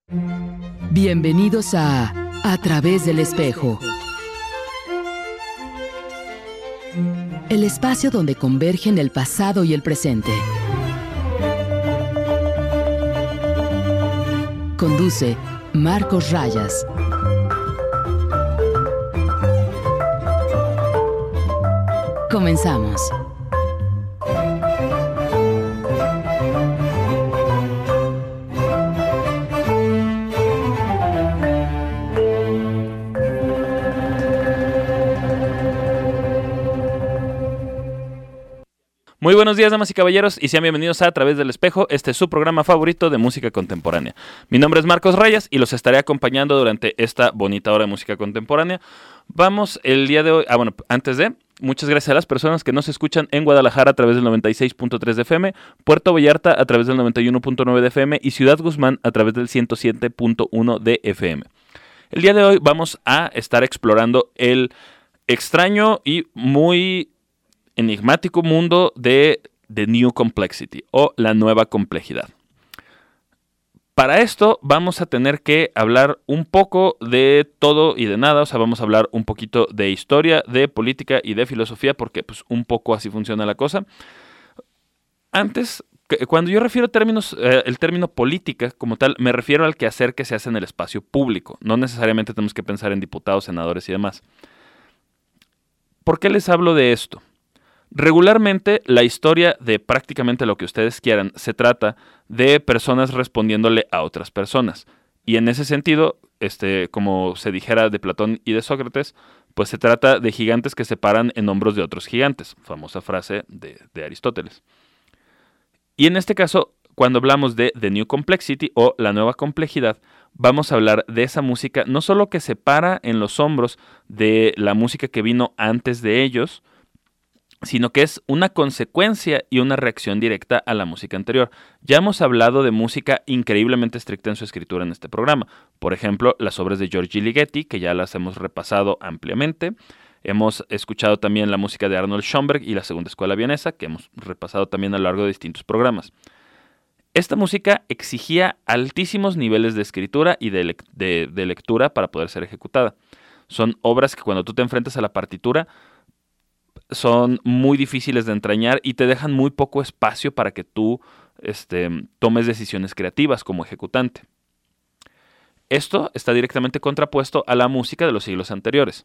Bienvenidos a través del espejo. El espacio donde convergen el pasado y el presente. Conduce Marcos Rayas. Comenzamos. Muy buenos días, damas y caballeros, y sean bienvenidos a Través del Espejo. Este es su programa favorito de música contemporánea. Mi nombre es Marcos Rayas y los estaré acompañando durante esta bonita hora de música contemporánea. Vamos el día de hoy, muchas gracias a las personas que nos escuchan en Guadalajara a través del 96.3 de FM, Puerto Vallarta a través del 91.9 de FM y Ciudad Guzmán a través del 107.1 de FM. El día de hoy vamos a estar explorando el extraño y muy enigmático mundo de The New Complexity o la nueva complejidad. Para esto vamos a tener que hablar un poco de todo y de nada, o sea, vamos a hablar un poquito de historia, de política y de filosofía, porque pues un poco así funciona la cosa. Antes, cuando yo refiero términos, el término política como tal, me refiero al quehacer que se hace en el espacio público. No necesariamente tenemos que pensar en diputados, senadores y demás. ¿Por qué les hablo de esto? Regularmente, la historia de prácticamente lo que ustedes quieran se trata de personas respondiéndole a otras personas. Y en ese sentido, como se dijera de Platón y de Sócrates, pues se trata de gigantes que se paran en hombros de otros gigantes, famosa frase de Aristóteles. Y en este caso, cuando hablamos de The New Complexity o la nueva complejidad, vamos a hablar de esa música no solo que se para en los hombros de la música que vino antes de ellos, sino que es una consecuencia y una reacción directa a la música anterior. Ya hemos hablado de música increíblemente estricta en su escritura en este programa. Por ejemplo, las obras de Giorgi Ligeti, que ya las hemos repasado ampliamente. Hemos escuchado también la música de Arnold Schoenberg y la Segunda Escuela Vienesa, que hemos repasado también a lo largo de distintos programas. Esta música exigía altísimos niveles de escritura y de lectura para poder ser ejecutada. Son obras que cuando tú te enfrentas a la partitura son muy difíciles de entrañar y te dejan muy poco espacio para que tú tomes decisiones creativas como ejecutante. Esto está directamente contrapuesto a la música de los siglos anteriores.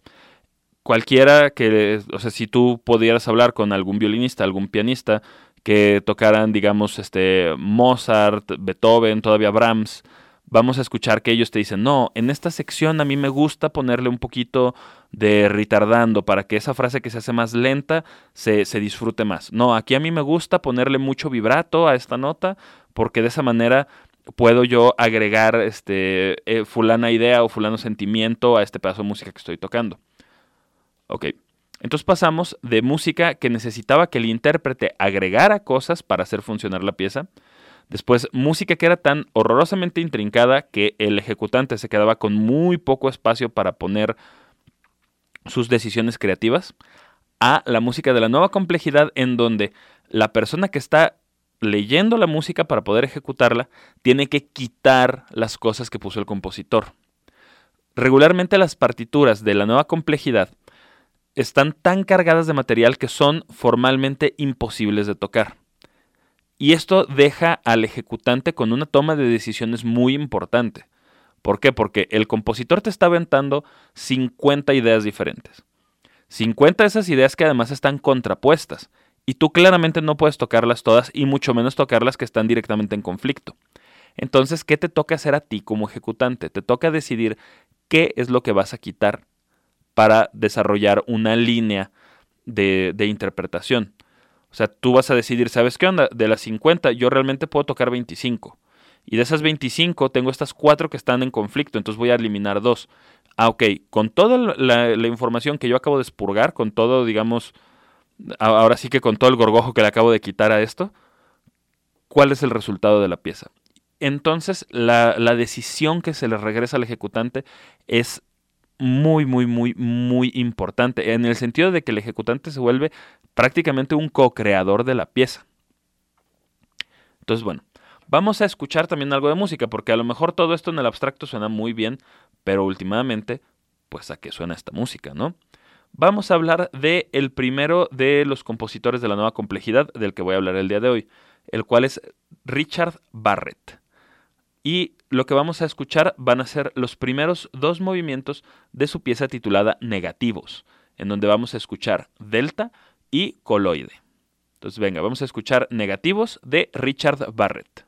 Si tú pudieras hablar con algún violinista, algún pianista que tocaran, digamos, Mozart, Beethoven, todavía Brahms, vamos a escuchar que ellos te dicen, no, en esta sección a mí me gusta ponerle un poquito de retardando para que esa frase que se hace más lenta se disfrute más. No, aquí a mí me gusta ponerle mucho vibrato a esta nota porque de esa manera puedo yo agregar fulana idea o fulano sentimiento a este pedazo de música que estoy tocando. Ok, entonces pasamos de música que necesitaba que el intérprete agregara cosas para hacer funcionar la pieza. Después, música que era tan horrorosamente intrincada que el ejecutante se quedaba con muy poco espacio para poner sus decisiones creativas, a la música de la nueva complejidad en donde la persona que está leyendo la música para poder ejecutarla tiene que quitar las cosas que puso el compositor. Regularmente las partituras de la nueva complejidad están tan cargadas de material que son formalmente imposibles de tocar. Y esto deja al ejecutante con una toma de decisiones muy importante. ¿Por qué? Porque el compositor te está aventando 50 ideas diferentes. 50 de esas ideas que además están contrapuestas. Y tú claramente no puedes tocarlas todas y mucho menos tocarlas que están directamente en conflicto. Entonces, ¿qué te toca hacer a ti como ejecutante? Te toca decidir qué es lo que vas a quitar para desarrollar una línea de interpretación. O sea, tú vas a decidir, ¿sabes qué onda? De las 50 yo realmente puedo tocar 25. Y de esas 25 tengo estas 4 que están en conflicto, entonces voy a eliminar 2. Ok, con toda la información que yo acabo de expurgar, con todo, digamos, ahora sí que con todo el gorgojo que le acabo de quitar a esto, ¿cuál es el resultado de la pieza? Entonces, la decisión que se le regresa al ejecutante es muy, muy, muy, muy importante, en el sentido de que el ejecutante se vuelve prácticamente un co-creador de la pieza. Entonces, bueno, Vamos a escuchar también algo de música, porque a lo mejor todo esto en el abstracto suena muy bien, pero últimamente, pues ¿a qué suena esta música, no? Vamos a hablar de el primero de los compositores de la nueva complejidad del que voy a hablar el día de hoy, el cual es Richard Barrett. Y lo que vamos a escuchar van a ser los primeros 2 movimientos de su pieza titulada Negativos, en donde vamos a escuchar delta y coloide. Entonces venga, vamos a escuchar Negativos de Richard Barrett.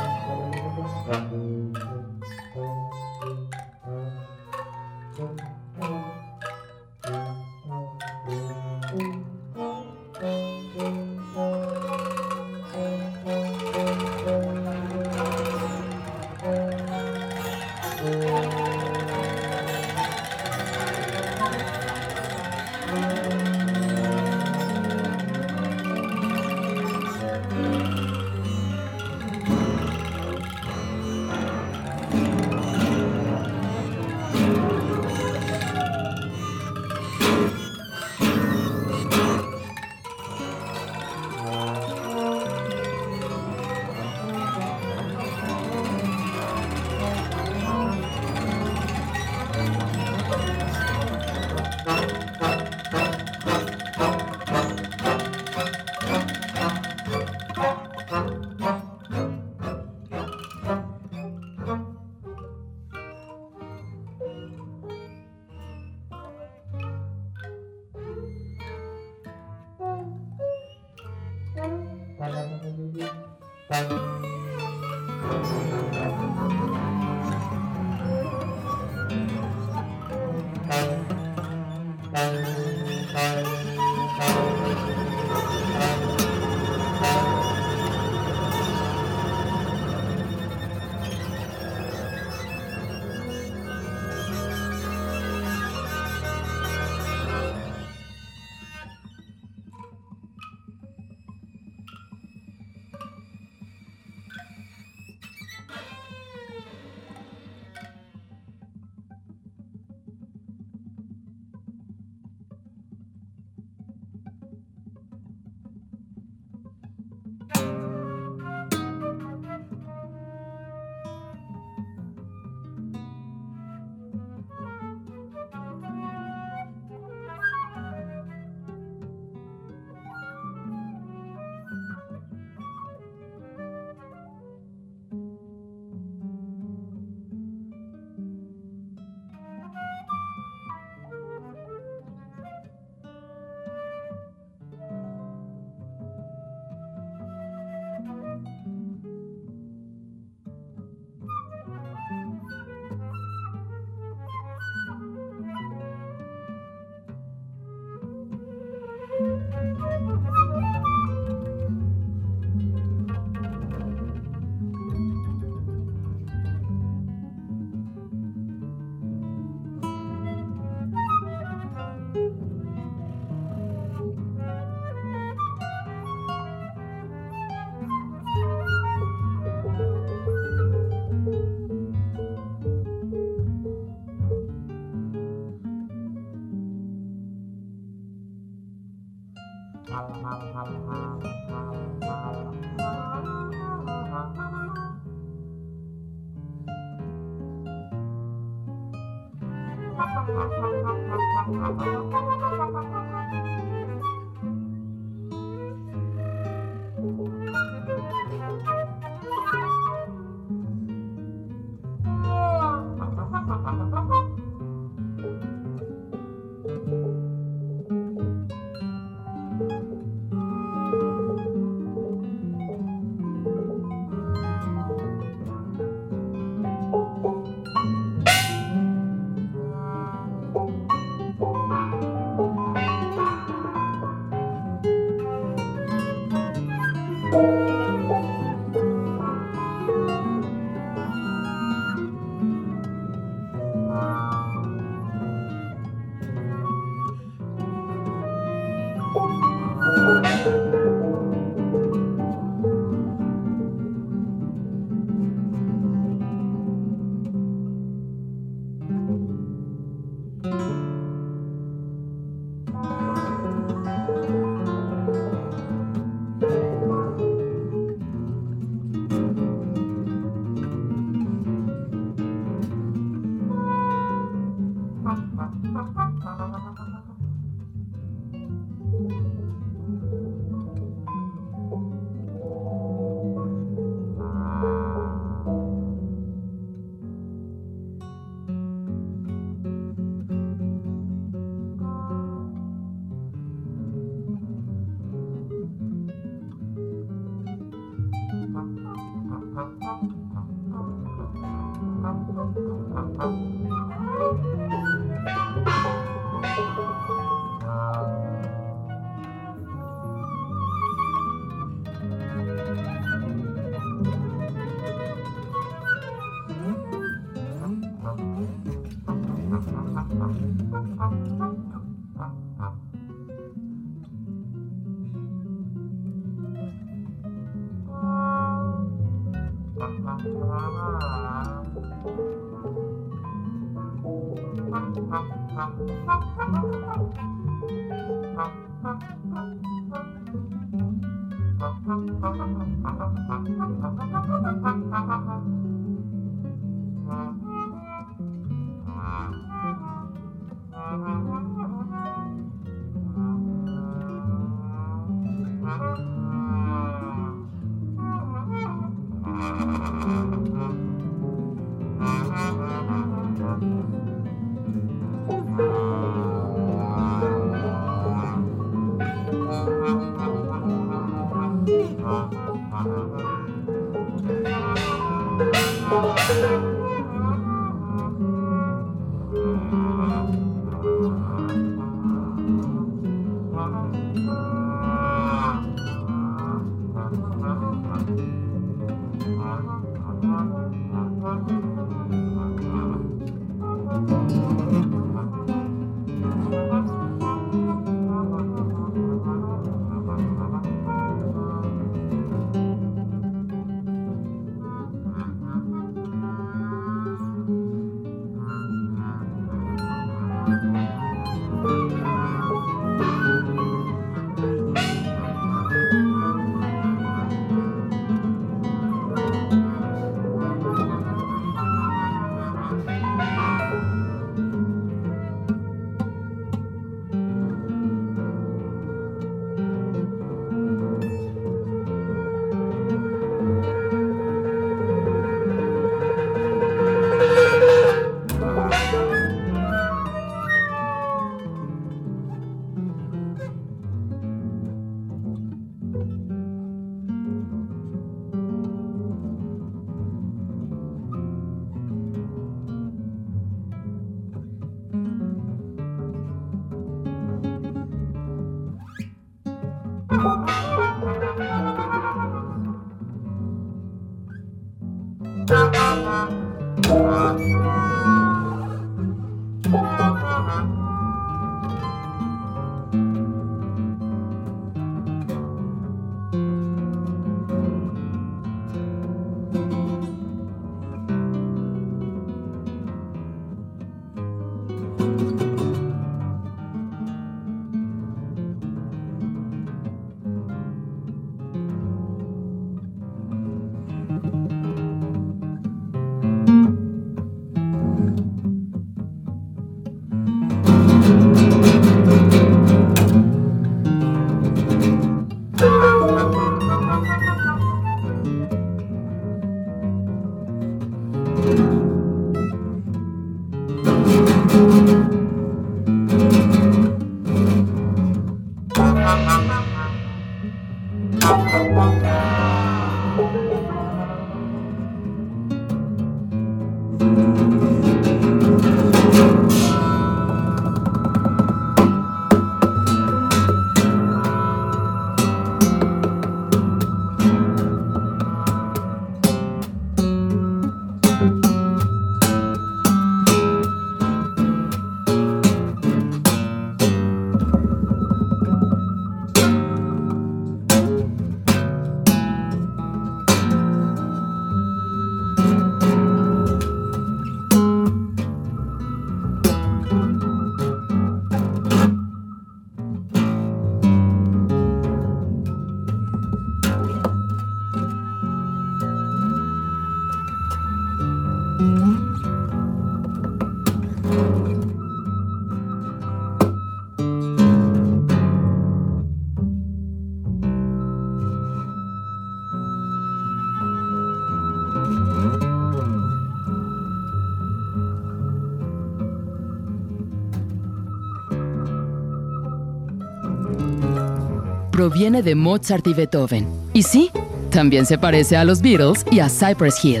Proviene de Mozart y Beethoven. Y sí, también se parece a los Beatles y a Cypress Hill.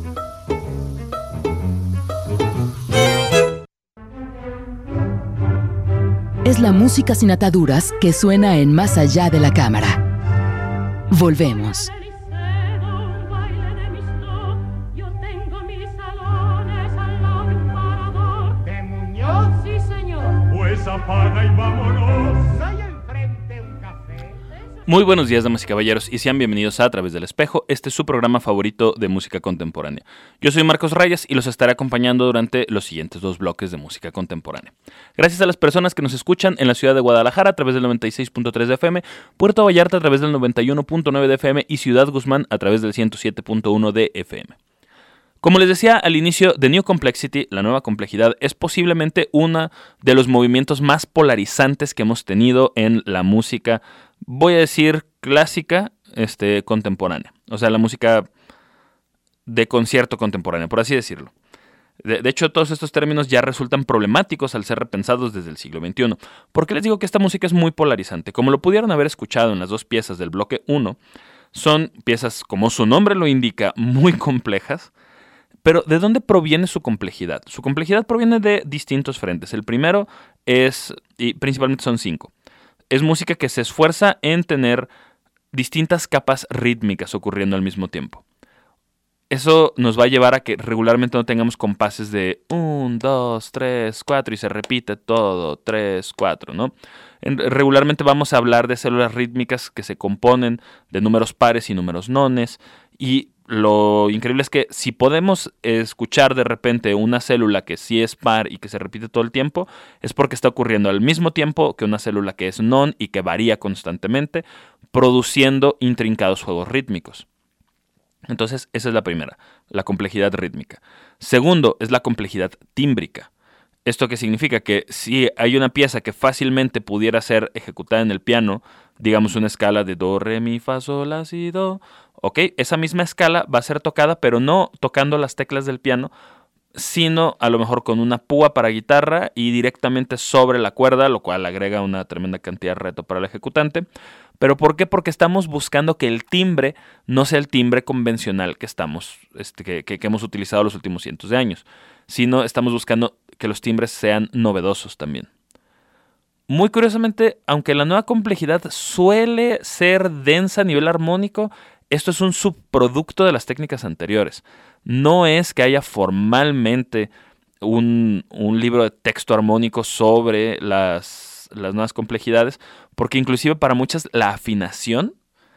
Es la música sin ataduras que suena en Más allá de la cámara. Volvemos. De Muñoz y apaga y vámonos. Hay enfrente un café. Muy buenos días, damas y caballeros, y sean bienvenidos a Través del Espejo. Este es su programa favorito de música contemporánea. Yo soy Marcos Rayas y los estaré acompañando durante los siguientes 2 bloques de música contemporánea. Gracias a las personas que nos escuchan en la ciudad de Guadalajara a través del 96.3 de FM, Puerto Vallarta a través del 91.9 de FM y Ciudad Guzmán a través del 107.1 de FM. Como les decía al inicio, The New Complexity, la nueva complejidad, es posiblemente uno de los movimientos más polarizantes que hemos tenido en la música, voy a decir clásica, contemporánea. O sea, la música de concierto contemporánea, por así decirlo. De hecho, todos estos términos ya resultan problemáticos al ser repensados desde el siglo XXI. ¿Por qué les digo que esta música es muy polarizante? Como lo pudieron haber escuchado en las 2 piezas del bloque 1, son piezas, como su nombre lo indica, muy complejas. Pero ¿de dónde proviene su complejidad? Su complejidad proviene de distintos frentes. El primero es, y principalmente son 5, es música que se esfuerza en tener distintas capas rítmicas ocurriendo al mismo tiempo. Eso nos va a llevar a que regularmente no tengamos compases de 1, 2, 3, 4 y se repite todo, 3, 4, ¿no? Regularmente vamos a hablar de células rítmicas que se componen de números pares y números nones, y lo increíble es que si podemos escuchar de repente una célula que sí es par y que se repite todo el tiempo, es porque está ocurriendo al mismo tiempo que una célula que es non y que varía constantemente, produciendo intrincados juegos rítmicos. Entonces, esa es la primera, la complejidad rítmica. Segundo, es la complejidad tímbrica. ¿Esto qué significa? Que si hay una pieza que fácilmente pudiera ser ejecutada en el piano, digamos una escala de do, re, mi, fa, sol, la, si, do, ok, esa misma escala va a ser tocada, pero no tocando las teclas del piano, sino a lo mejor con una púa para guitarra y directamente sobre la cuerda, lo cual agrega una tremenda cantidad de reto para el ejecutante. ¿Pero por qué? Porque estamos buscando que el timbre no sea el timbre convencional que hemos utilizado los últimos cientos de años, sino estamos buscando que los timbres sean novedosos también. Muy curiosamente, aunque la nueva complejidad suele ser densa a nivel armónico, esto es un subproducto de las técnicas anteriores. No es que haya formalmente un libro de texto armónico sobre las nuevas complejidades, porque inclusive para muchas la afinación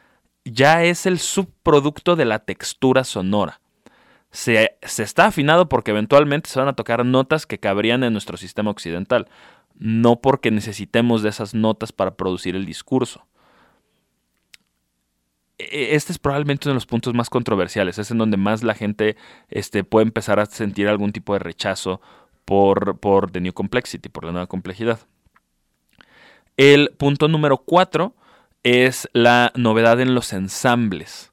ya es el subproducto de la textura sonora. Se está afinado porque eventualmente se van a tocar notas que cabrían en nuestro sistema occidental, no porque necesitemos de esas notas para producir el discurso. Este es probablemente uno de los puntos más controversiales, es en donde más la gente puede empezar a sentir algún tipo de rechazo por The New Complexity, por la nueva complejidad. El punto número 4 es la novedad en los ensambles.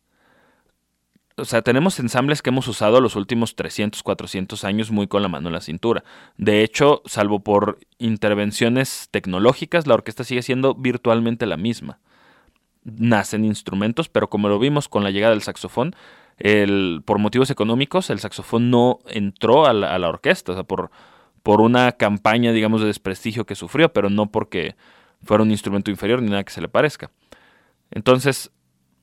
O sea, tenemos ensambles que hemos usado los últimos 300, 400 años muy con la mano en la cintura. De hecho, salvo por intervenciones tecnológicas, la orquesta sigue siendo virtualmente la misma. Nacen instrumentos, pero como lo vimos con la llegada del saxofón, por motivos económicos, el saxofón no entró a la orquesta, o sea, por una campaña, digamos, de desprestigio que sufrió, pero no porque fuera un instrumento inferior ni nada que se le parezca. Entonces,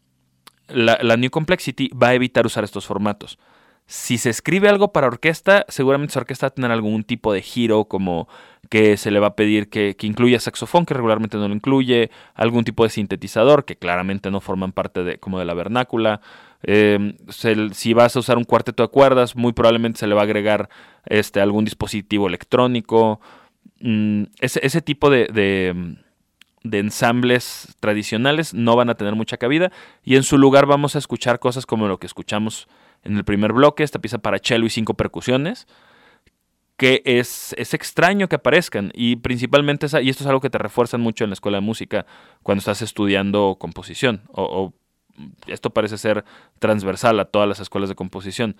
la New Complexity va a evitar usar estos formatos. Si se escribe algo para orquesta, seguramente esa orquesta va a tener algún tipo de giro, como que se le va a pedir que incluya saxofón, que regularmente no lo incluye, algún tipo de sintetizador, que claramente no forman parte como de la vernácula. Si vas a usar un cuarteto de cuerdas, muy probablemente se le va a agregar algún dispositivo electrónico. Ese tipo de ensambles tradicionales no van a tener mucha cabida, y en su lugar vamos a escuchar cosas como lo que escuchamos en el primer bloque, esta pieza para cello y 5 percusiones, que es extraño que aparezcan, y principalmente y esto es algo que te refuerzan mucho en la escuela de música cuando estás estudiando composición, o esto parece ser transversal a todas las escuelas de composición.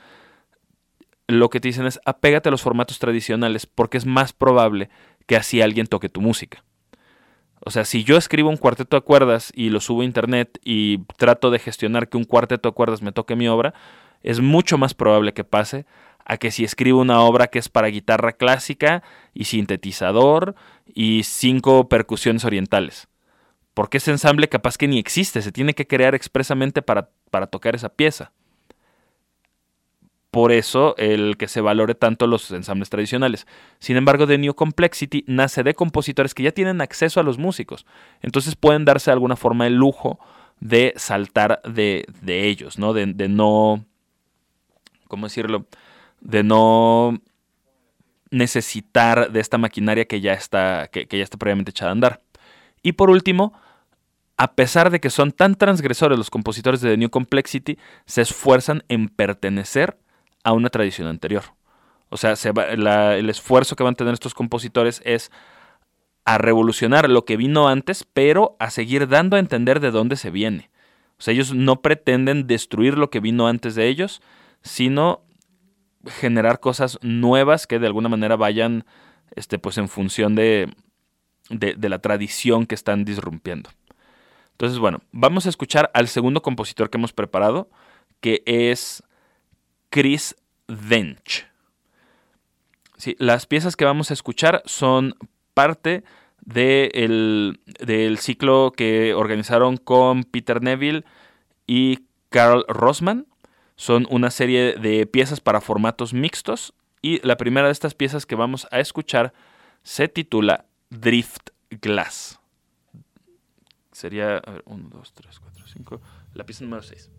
Lo que te dicen es apégate a los formatos tradicionales porque es más probable que así alguien toque tu música. O sea, si yo escribo un cuarteto de cuerdas y lo subo a internet y trato de gestionar que un cuarteto de cuerdas me toque mi obra, es mucho más probable que pase a que si escribo una obra que es para guitarra clásica y sintetizador y 5 percusiones orientales. Porque ese ensamble capaz que ni existe, se tiene que crear expresamente para tocar esa pieza. por eso el que se valore tanto los ensambles tradicionales. Sin embargo, The New Complexity nace de compositores que ya tienen acceso a los músicos. Entonces pueden darse de alguna forma el lujo de saltar de ellos, ¿no? De no, ¿cómo decirlo? De no necesitar de esta maquinaria que ya está previamente echada a andar. Y por último, a pesar de que son tan transgresores los compositores de The New Complexity, se esfuerzan en pertenecer a una tradición anterior. O sea, el esfuerzo que van a tener estos compositores es a revolucionar lo que vino antes, pero a seguir dando a entender de dónde se viene. O sea, ellos no pretenden destruir lo que vino antes de ellos, sino generar cosas nuevas que de alguna manera vayan pues en función de la tradición que están disrumpiendo. Entonces, bueno, vamos a escuchar al segundo compositor que hemos preparado, que es Chris Dench. Sí, las piezas que vamos a escuchar son parte del ciclo que organizaron con Peter Neville y Carl Rossman. Son una serie de piezas para formatos mixtos y la primera de estas piezas que vamos a escuchar se titula Drift Glass. Sería, 1, 2, 3, 4, 5, la pieza número 6.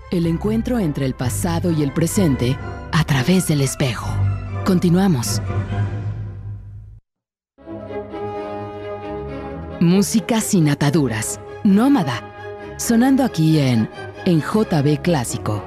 El encuentro entre el pasado y el presente a través del espejo. Continuamos. Música sin ataduras. Nómada. Sonando aquí en JB Clásico.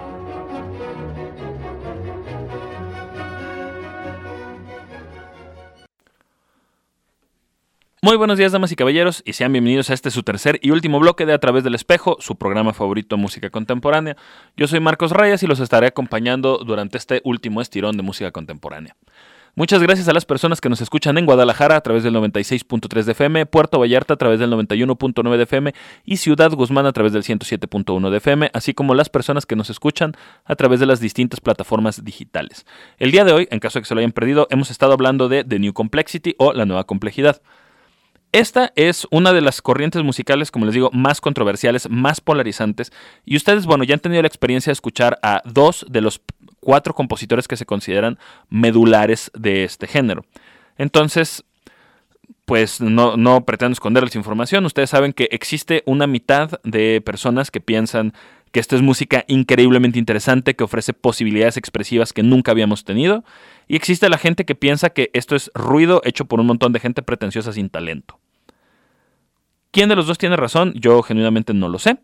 Muy buenos días, damas y caballeros, y sean bienvenidos a este su tercer y último bloque de A Través del Espejo, su programa favorito de música contemporánea. Yo soy Marcos Rayas y los estaré acompañando durante este último estirón de música contemporánea. Muchas gracias a las personas que nos escuchan en Guadalajara a través del 96.3 de FM, Puerto Vallarta a través del 91.9 de FM y Ciudad Guzmán a través del 107.1 de FM, así como las personas que nos escuchan a través de las distintas plataformas digitales. El día de hoy, en caso de que se lo hayan perdido, hemos estado hablando de The New Complexity o La Nueva Complejidad. Esta es una de las corrientes musicales, como les digo, más controversiales, más polarizantes. Y ustedes, bueno, ya han tenido la experiencia de escuchar a 2 de los 4 compositores que se consideran medulares de este género. Entonces, pues no pretendo esconderles información. Ustedes saben que existe una mitad de personas que piensan que esto es música increíblemente interesante, que ofrece posibilidades expresivas que nunca habíamos tenido. Y existe la gente que piensa que esto es ruido hecho por un montón de gente pretenciosa sin talento. ¿Quién de los dos tiene razón? Yo genuinamente no lo sé.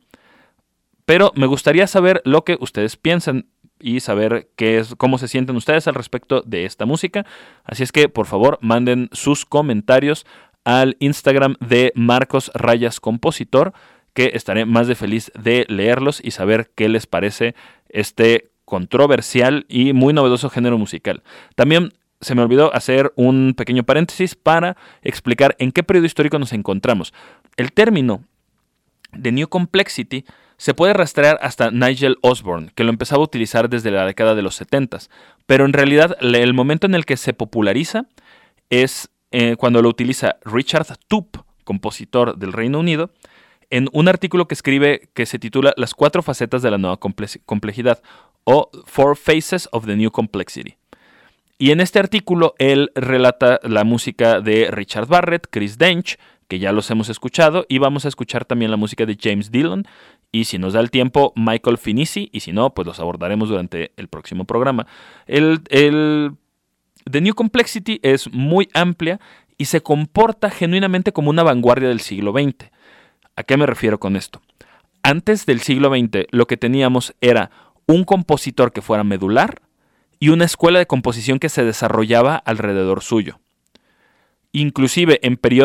Pero me gustaría saber lo que ustedes piensan y saber cómo se sienten ustedes al respecto de esta música. Así es que, por favor, manden sus comentarios al Instagram de Marcos Rayas Compositor, que estaré más de feliz de leerlos y saber qué les parece este controversial y muy novedoso género musical. También se me olvidó hacer un pequeño paréntesis para explicar en qué periodo histórico nos encontramos. El término de New Complexity se puede rastrear hasta Nigel Osborne, que lo empezaba a utilizar desde la década de los 70, pero en realidad el momento en el que se populariza es cuando lo utiliza Richard Toope, compositor del Reino Unido, en un artículo que escribe que se titula Las 4 facetas de la nueva complejidad o 4 Phases of the New Complexity. Y en este artículo él relata la música de Richard Barrett, Chris Dench, que ya los hemos escuchado, y vamos a escuchar también la música de James Dillon, y si nos da el tiempo, Michael Finisi, y si no, pues los abordaremos durante el próximo programa. The New Complexity es muy amplia y se comporta genuinamente como una vanguardia del siglo XX. ¿A qué me refiero con esto? Antes del siglo XX lo que teníamos era un compositor que fuera medular y una escuela de composición que se desarrollaba alrededor suyo. Inclusive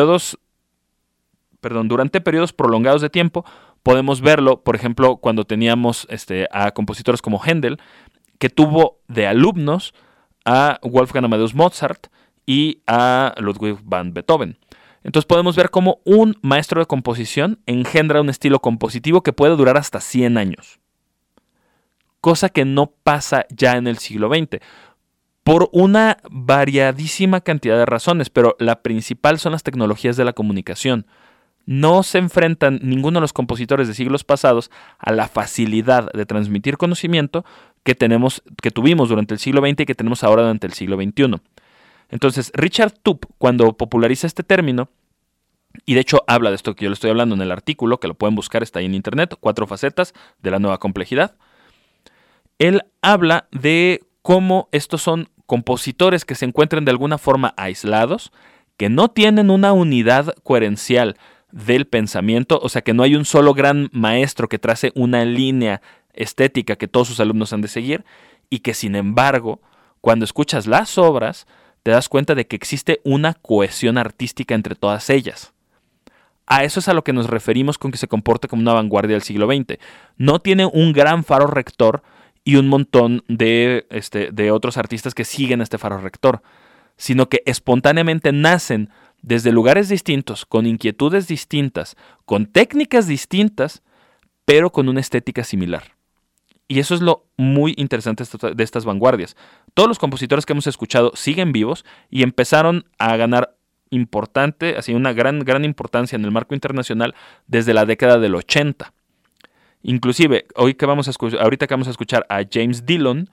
durante periodos prolongados de tiempo podemos verlo, por ejemplo, cuando teníamos a compositores como Händel, que tuvo de alumnos a Wolfgang Amadeus Mozart y a Ludwig van Beethoven. Entonces podemos ver cómo un maestro de composición engendra un estilo compositivo que puede durar hasta 100 años. Cosa que no pasa ya en el siglo XX, por una variadísima cantidad de razones, pero la principal son las tecnologías de la comunicación. No se enfrentan ninguno de los compositores de siglos pasados a la facilidad de transmitir conocimiento que tuvimos durante el siglo XX y que tenemos ahora durante el siglo XXI. Entonces, Richard Toope, cuando populariza este término, y de hecho habla de esto que yo le estoy hablando en el artículo, que lo pueden buscar, está ahí en internet, 4 facetas de la nueva complejidad, él habla de cómo estos son compositores que se encuentran de alguna forma aislados, que no tienen una unidad coherencial del pensamiento, o sea que no hay un solo gran maestro que trace una línea estética que todos sus alumnos han de seguir, y que sin embargo, cuando escuchas las obras, te das cuenta de que existe una cohesión artística entre todas ellas. A eso es a lo que nos referimos con que se comporta como una vanguardia del siglo XX. No tiene un gran faro rector y un montón de otros artistas que siguen este faro rector, sino que espontáneamente nacen desde lugares distintos, con inquietudes distintas, con técnicas distintas, pero con una estética similar. Y eso es lo muy interesante de estas vanguardias. Todos los compositores que hemos escuchado siguen vivos y empezaron a ganar una gran importancia en el marco internacional desde la década del 80. Inclusive, ahorita que vamos a escuchar a James Dillon,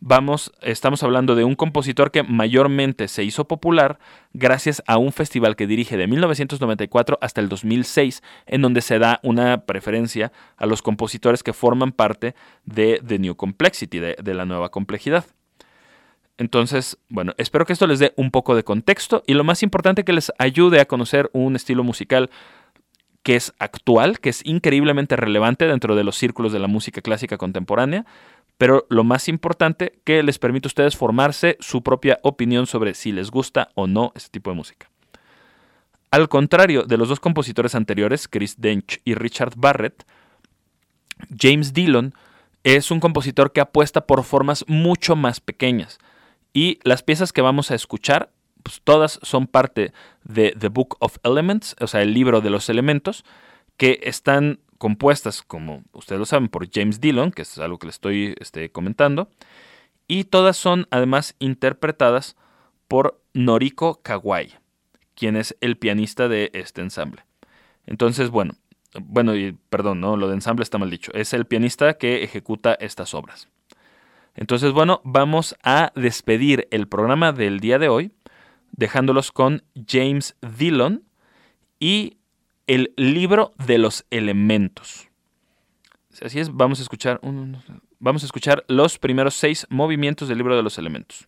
Estamos hablando de un compositor que mayormente se hizo popular gracias a un festival que dirige de 1994 hasta el 2006, en donde se da una preferencia a los compositores que forman parte de The New Complexity, de la nueva complejidad. Entonces, bueno, espero que esto les dé un poco de contexto y lo más importante, que les ayude a conocer un estilo musical que es actual, que es increíblemente relevante dentro de los círculos de la música clásica contemporánea, pero lo más importante, que les permite a ustedes formarse su propia opinión sobre si les gusta o no este tipo de música. Al contrario de los dos compositores anteriores, Chris Dench y Richard Barrett, James Dillon es un compositor que apuesta por formas mucho más pequeñas, y las piezas que vamos a escuchar, pues todas son parte de The Book of Elements, o sea, el libro de los elementos, que están compuestas, como ustedes lo saben, por James Dillon, que es algo que les estoy comentando, y todas son además interpretadas por Noriko Kawai, quien es el pianista de este ensamble. Entonces, perdón, no, lo de ensamble está mal dicho, es el pianista que ejecuta estas obras. Entonces, bueno, vamos a despedir el programa del día de hoy, dejándolos con James Dillon y el libro de los elementos. Así es, vamos a escuchar los primeros 6 movimientos del libro de los elementos.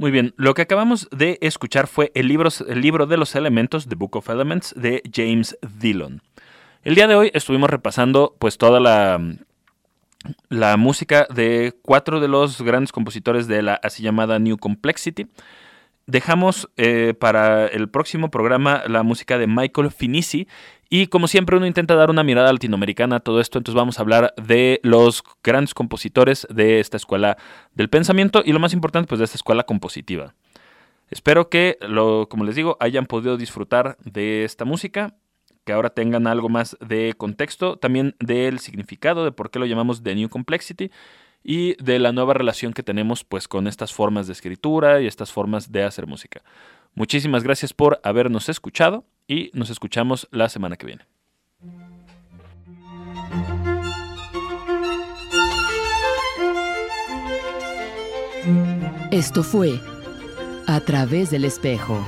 Muy bien, lo que acabamos de escuchar fue el libro de los elementos, The Book of Elements, de James Dillon. El día de hoy estuvimos repasando pues toda la música de 4 de los grandes compositores de la así llamada New Complexity. Dejamos para el próximo programa la música de Michael Finisi y como siempre uno intenta dar una mirada latinoamericana a todo esto, entonces vamos a hablar de los grandes compositores de esta escuela del pensamiento y lo más importante pues de esta escuela compositiva. Espero que, como les digo, hayan podido disfrutar de esta música, que ahora tengan algo más de contexto, también del significado de por qué lo llamamos The New Complexity y de la nueva relación que tenemos pues con estas formas de escritura y estas formas de hacer música. Muchísimas gracias por habernos escuchado y nos escuchamos la semana que viene. Esto fue A través del espejo.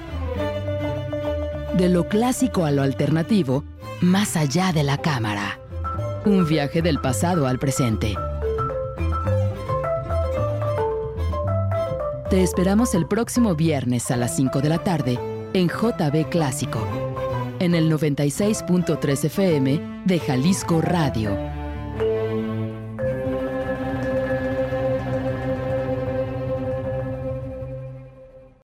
De lo clásico a lo alternativo, más allá de la cámara. Un viaje del pasado al presente. Te esperamos el próximo viernes a las 5 de la tarde en JB Clásico, en el 96.3 FM de Jalisco Radio.